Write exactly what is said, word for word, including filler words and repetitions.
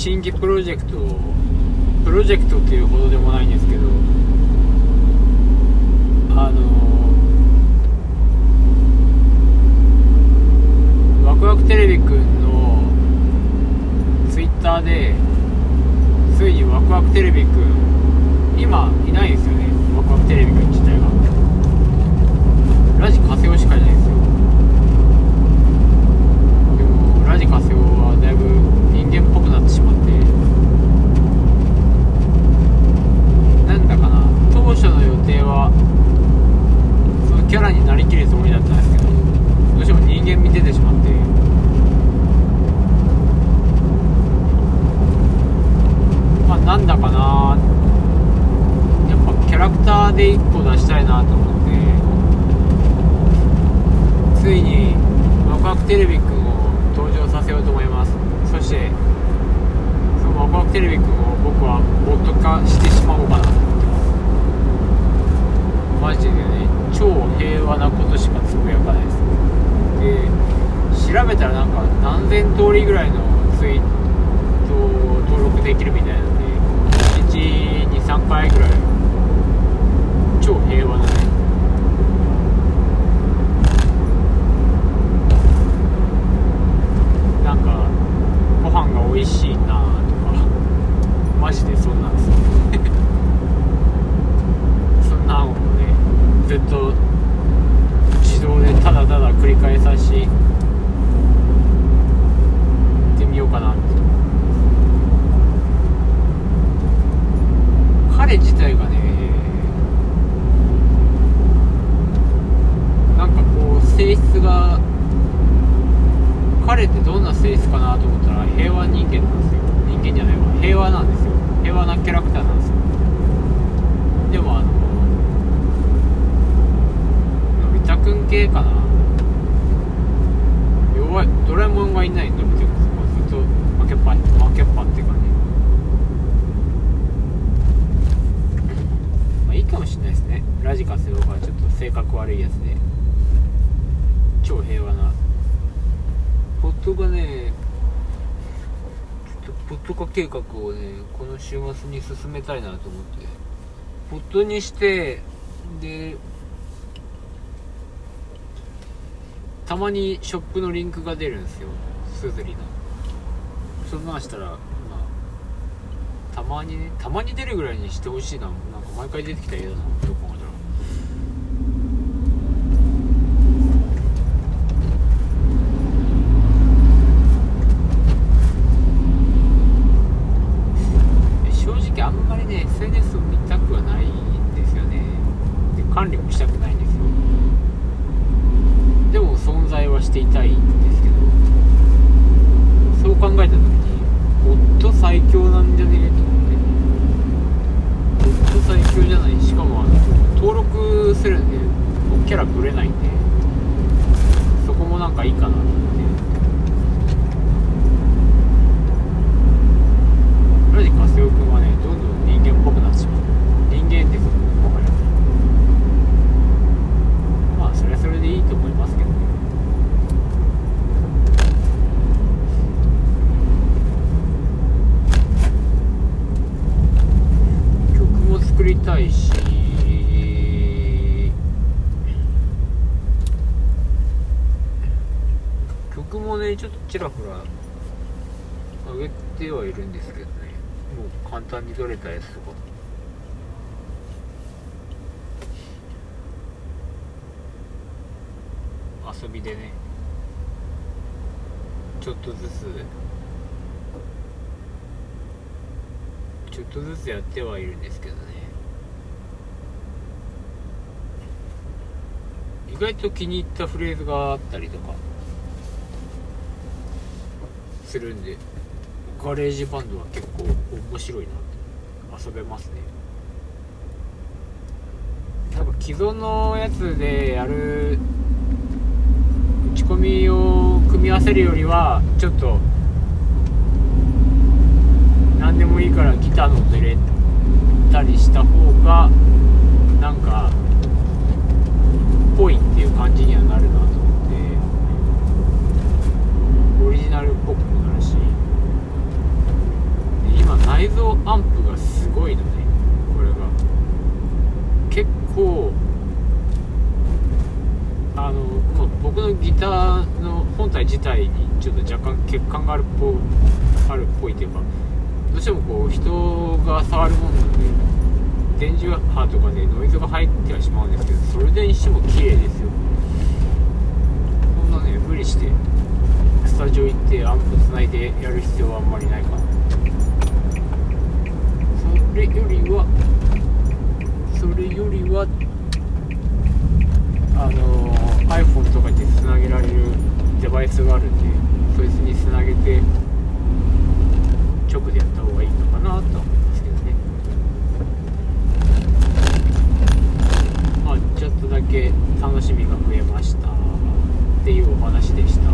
新規プロジェクトプロジェクトっていうほどでもないんですけど、あのワクワクテレビくんのツイッターでついにワクワクテレビくん今いないんですよね。ワクワクテレビくん自体がラジカセオしかいないんですよ。でもラジカセオはだいぶ人間っぽくなってしまって、なんだかな、当初の予定はそのキャラになりきるつもりだったんですけど、どうしても人間味出てしまって、まあなんだかな、やっぱキャラクターでいっこ出したいなと思って、ついにワクワクテレビくんを登場させようと思います。そしてそのワクワクテレビくんを僕はボット化してしまおうかなと思ってます。マジでね、超平和なことしかつぶやかないです。で調べたらなんか何千通りぐらいのツイートを登録できるみたいなんで、いちにさんかいぐらい超平和なね、なんかご飯が美味しいなとか、マジでそんなんですよそんなのをねずっと自動でただただ繰り返さしてみようかなって。彼自体がね、なんかこう性質が、彼ってどんな性質かなと思ったら平和人間なんですよ。人間じゃないわ、平和なんですよ。平和なキャラクターなんですよ。でもあののび太くん系かな、弱いドラえもんがいないのび太くん、ずっと負けっぱ負けっぱっていうかね、まあいいかもしれないですね。ラジカセオがちょっと性格悪いやつで超平和なポットがね、ちょっとポット化計画をねこの週末に進めたいなと思って、ポットにして、でたまにショップのリンクが出るんですよ、スズリの。そんなんしたら、まあたまにね、たまに出るぐらいにしてほしいな。なんか毎回出てきたら嫌だな、どこまで。あんまりね エスエヌエス を見たくはないんですよね。で管理もしたくないんですよ。でも存在はしていたいんですけど、そう考えた時にボット最強なんじゃねえと思って。ボット最強じゃない。しかもあの登録するんでキャラぶれないんで、そこもなんかいいかなと思って。ラジカセオくんはね、どんどん人間っぽくなってしまう。人間ってこともはや、まあそれはそれでいいと思いますけどね。曲も作りたいし、曲もねちょっとちらほら上げてはいるんですけどね、もう簡単に撮れたやつとか。遊びでねちょっとずつちょっとずつやってはいるんですけどね、意外と気に入ったフレーズがあったりとかするんで、ガレージバンドは結構面白いなって遊べますね。なんか既存のやつでやる打ち込みを組み合わせるよりはちょっと何でもいいからギターの音入れたりした方がなんかぽいっていう感じにはなるなと思って、オリジナルっぽくもなるし、 本体自体にちょっと若干欠陥があるっぽあるっぽいというか、どうしてもこう人が触るものなんで電磁波とかでノイズが入ってはしまうんですけど、それでにしても綺麗ですよ。そんなね無理してスタジオ行ってアンプつないでやる必要はあんまりないかな。それよりはそれよりはあのー、iPhone とかでつなげられるデバイスがあるんで、そいつにつなげて直でやった方がいいのかなとは思いますけどね。まあちょっとだけ楽しみが増えましたっていうお話でした。